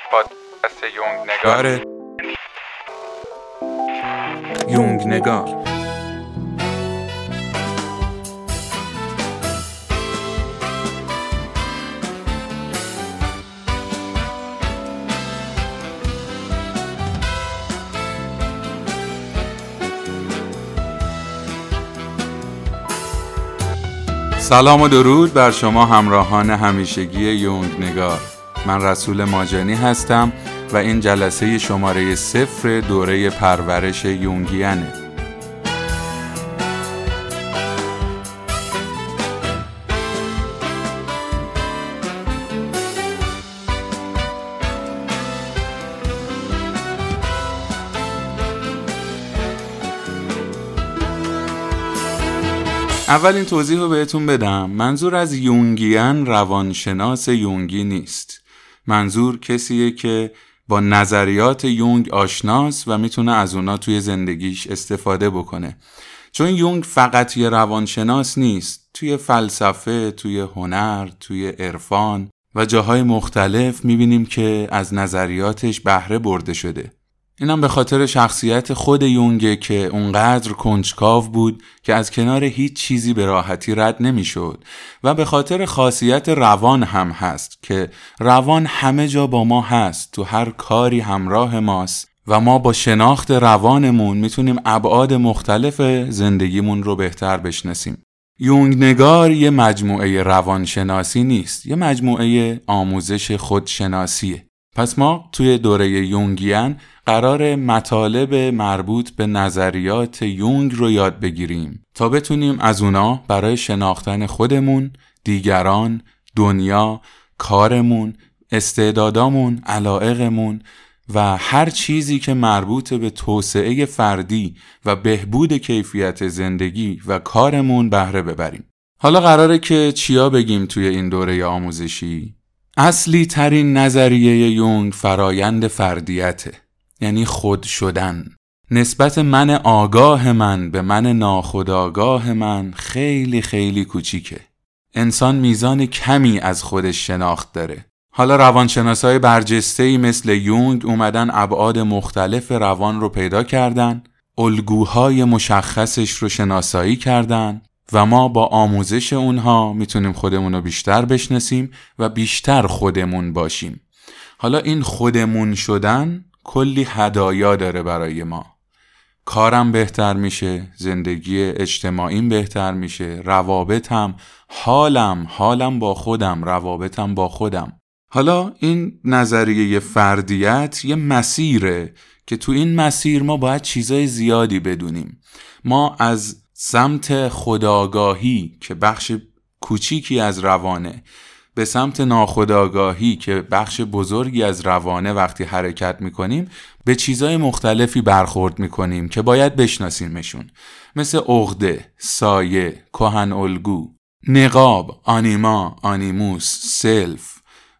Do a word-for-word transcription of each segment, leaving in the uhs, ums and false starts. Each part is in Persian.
پادکست یونگ نگار یونگ نگار. سلام و درود بر شما همراهان همیشگی یونگ نگار. من رسول ماجانی هستم و این جلسه شماره صفر دوره پرورش یونگیانه. اولین توضیح رو بهتون بدم. منظور از یونگیان روانشناس یونگی نیست. منظور کسیه که با نظریات یونگ آشناست و میتونه از اونا توی زندگیش استفاده بکنه. چون یونگ فقط یه روانشناس نیست. توی فلسفه، توی هنر، توی عرفان و جاهای مختلف میبینیم که از نظریاتش بهره برده شده. اینم به خاطر شخصیت خود یونگه که اونقدر کنجکاو بود که از کنار هیچ چیزی به راحتی رد نمیشد و به خاطر خاصیت روان هم هست که روان همه جا با ما هست، تو هر کاری همراه ماست و ما با شناخت روانمون میتونیم ابعاد مختلف زندگیمون رو بهتر بشناسیم. یونگ نگار یه مجموعه روانشناسی نیست، یه مجموعه آموزش خودشناسیه. پس ما توی دوره یونگیان قرار مطالب مربوط به نظریات یونگ رو یاد بگیریم تا بتونیم از اونا برای شناختن خودمون، دیگران، دنیا، کارمون، استعدادامون، علایقمون و هر چیزی که مربوط به توسعه فردی و بهبود کیفیت زندگی و کارمون بهره ببریم. حالا قراره که چیا بگیم توی این دوره آموزشی؟ اصلی ترین نظریه یونگ فرایند فردیته، یعنی خود شدن. نسبت من آگاه من به من ناخودآگاه من خیلی خیلی کوچیکه. انسان میزان کمی از خودش شناخت داره. حالا روانشناسای برجسته‌ای مثل یونگ اومدن ابعاد مختلف روان رو پیدا کردن، الگوهای مشخصش رو شناسایی کردن و ما با آموزش اونها میتونیم خودمون رو بیشتر بشناسیم و بیشتر خودمون باشیم. حالا این خودمون شدن کلی هدایا داره برای ما. کارم بهتر میشه، زندگی اجتماعیم بهتر میشه، روابطم، حالم، حالم با خودم، روابطم با خودم. حالا این نظریه فردیت یه مسیره که تو این مسیر ما باید چیزای زیادی بدونیم. ما از سمت خودآگاهی که بخش کوچیکی از روانه به سمت ناخودآگاهی که بخش بزرگی از روانه وقتی حرکت میکنیم به چیزای مختلفی برخورد میکنیم که باید بشناسیمشون، مثل عقده، سایه، کهن الگو، نقاب، آنیما، آنیموس، سلف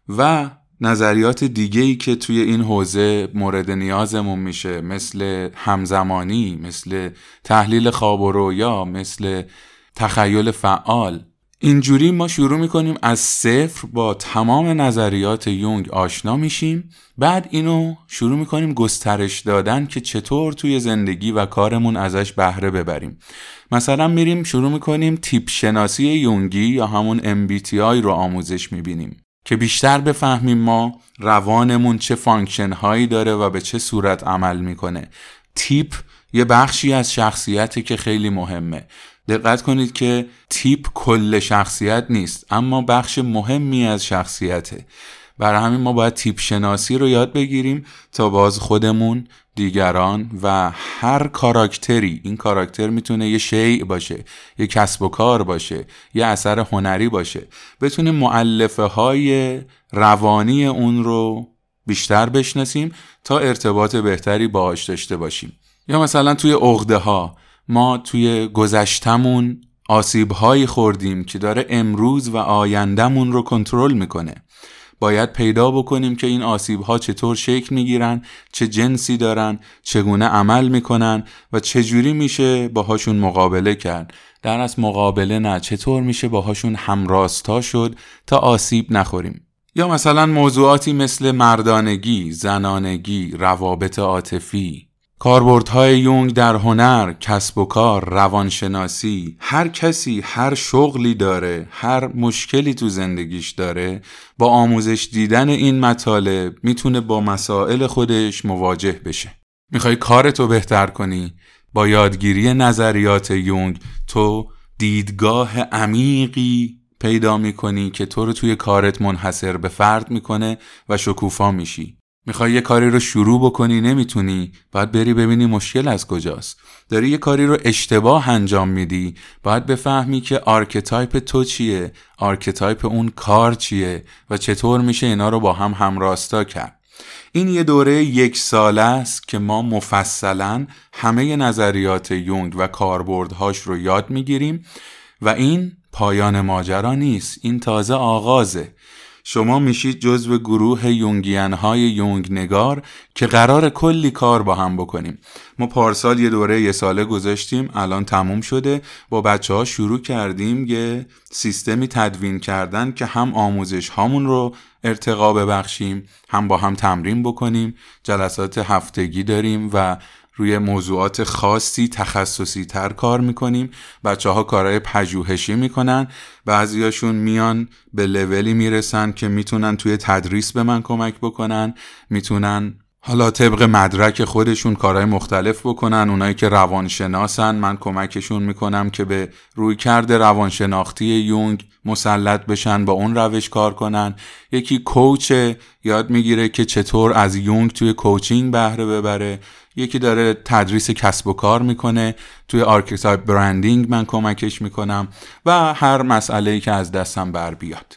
و نظریات دیگه‌ای که توی این حوزه مورد نیازمون میشه، مثل همزمانی، مثل تحلیل خواب و رویا، مثل تخیل فعال. اینجوری ما شروع میکنیم از صفر با تمام نظریات یونگ آشنا میشیم. بعد اینو شروع میکنیم گسترش دادن که چطور توی زندگی و کارمون ازش بهره ببریم. مثلا میریم شروع میکنیم تیپ شناسی یونگی یا همون ام بی تی آی رو آموزش میبینیم که بیشتر بفهمیم ما روانمون چه فانکشن هایی داره و به چه صورت عمل میکنه. تیپ یه بخشی از شخصیته که خیلی مهمه. دقت کنید که تیپ کل شخصیت نیست، اما بخش مهمی از شخصیته. برای همین ما باید تیپ شناسی رو یاد بگیریم تا باز خودمون، دیگران و هر کاراکتری، این کاراکتر میتونه یه شیء باشه، یه کسب و کار باشه، یه اثر هنری باشه، بتونیم مؤلفه های روانی اون رو بیشتر بشناسیم تا ارتباط بهتری باهاش داشته باشیم. یا مثلا توی عقده ها ما توی گذشتمون آسیب‌هایی خوردیم که داره امروز و آینده‌مون رو کنترل میکنه. باید پیدا بکنیم که این آسیب‌ها چطور شکل میگیرن، چه جنسی دارن، چگونه عمل میکنن و چجوری میشه باهاشون مقابله کرد. در اصل مقابله نه، چطور میشه باهاشون همراستا شد تا آسیب نخوریم. یا مثلا موضوعاتی مثل مردانگی، زنانگی، روابط عاطفی. کاربردهای یونگ در هنر، کسب و کار، روانشناسی. هر کسی هر شغلی داره، هر مشکلی تو زندگیش داره، با آموزش دیدن این مطالب میتونه با مسائل خودش مواجه بشه. میخوای کارتو بهتر کنی؟ با یادگیری نظریات یونگ تو دیدگاه عمیقی پیدا میکنی که تو رو توی کارت منحصر به فرد میکنه و شکوفا میشی. میخوای یه کاری رو شروع بکنی نمیتونی، باید بری ببینی مشکل از کجاست. داری یه کاری رو اشتباه انجام میدی، باید بفهمی که آرکتایپ تو چیه، آرکتایپ اون کار چیه و چطور میشه اینا رو با هم همراستا کرد. این یه دوره یک ساله است که ما مفصلاً همه نظریات یونگ و کاربردهاش رو یاد میگیریم و این پایان ماجرا نیست، این تازه آغازه. شما میشید جزو گروه یونگیان‌های یونگ نگار که قرار کلی کار با هم بکنیم. ما پارسال یه دوره یه ساله گذاشتیم، الان تموم شده. با بچه ها شروع کردیم یه سیستمی تدوین کردن که هم آموزش هامون رو ارتقا ببخشیم، هم با هم تمرین بکنیم. جلسات هفتگی داریم و روی موضوعات خاصی تخصصی تر کار میکنیم. بچه ها کارهای پژوهشی میکنن، بعضیاشون میان به لولی میرسن که میتونن توی تدریس به من کمک بکنن، میتونن حالا طبق مدرک خودشون کارهای مختلف بکنن. اونایی که روانشناسن من کمکشون میکنم که به رویکرد روانشناختی یونگ مسلط بشن، با اون روش کار کنن. یکی کوچ، یاد میگیره که چطور از یونگ توی کوچینگ بهره ببره. یکی داره تدریس کسب و کار میکنه، توی آرکیتایپ برندینگ من کمکش میکنم و هر مسئله‌ای که از دستم بر بیاد.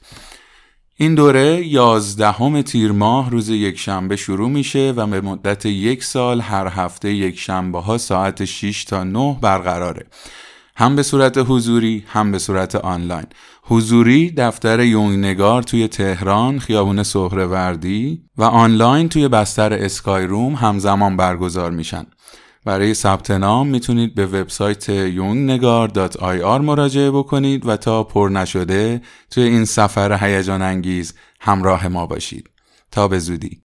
این دوره یازدهم تیر ماه روز یک شنبه شروع میشه و به مدت یک سال هر هفته یک شنبه ها ساعت شش تا نه برقراره، هم به صورت حضوری هم به صورت آنلاین. حضوری دفتر یونگ نگار توی تهران خیابون سهروردی و آنلاین توی بستر اسکای روم همزمان برگزار میشن. برای ثبت نام میتونید به وبسایت یونگ نگار دات آی آر مراجعه بکنید و تا پر نشده توی این سفر هیجان انگیز همراه ما باشید. تا به زودی.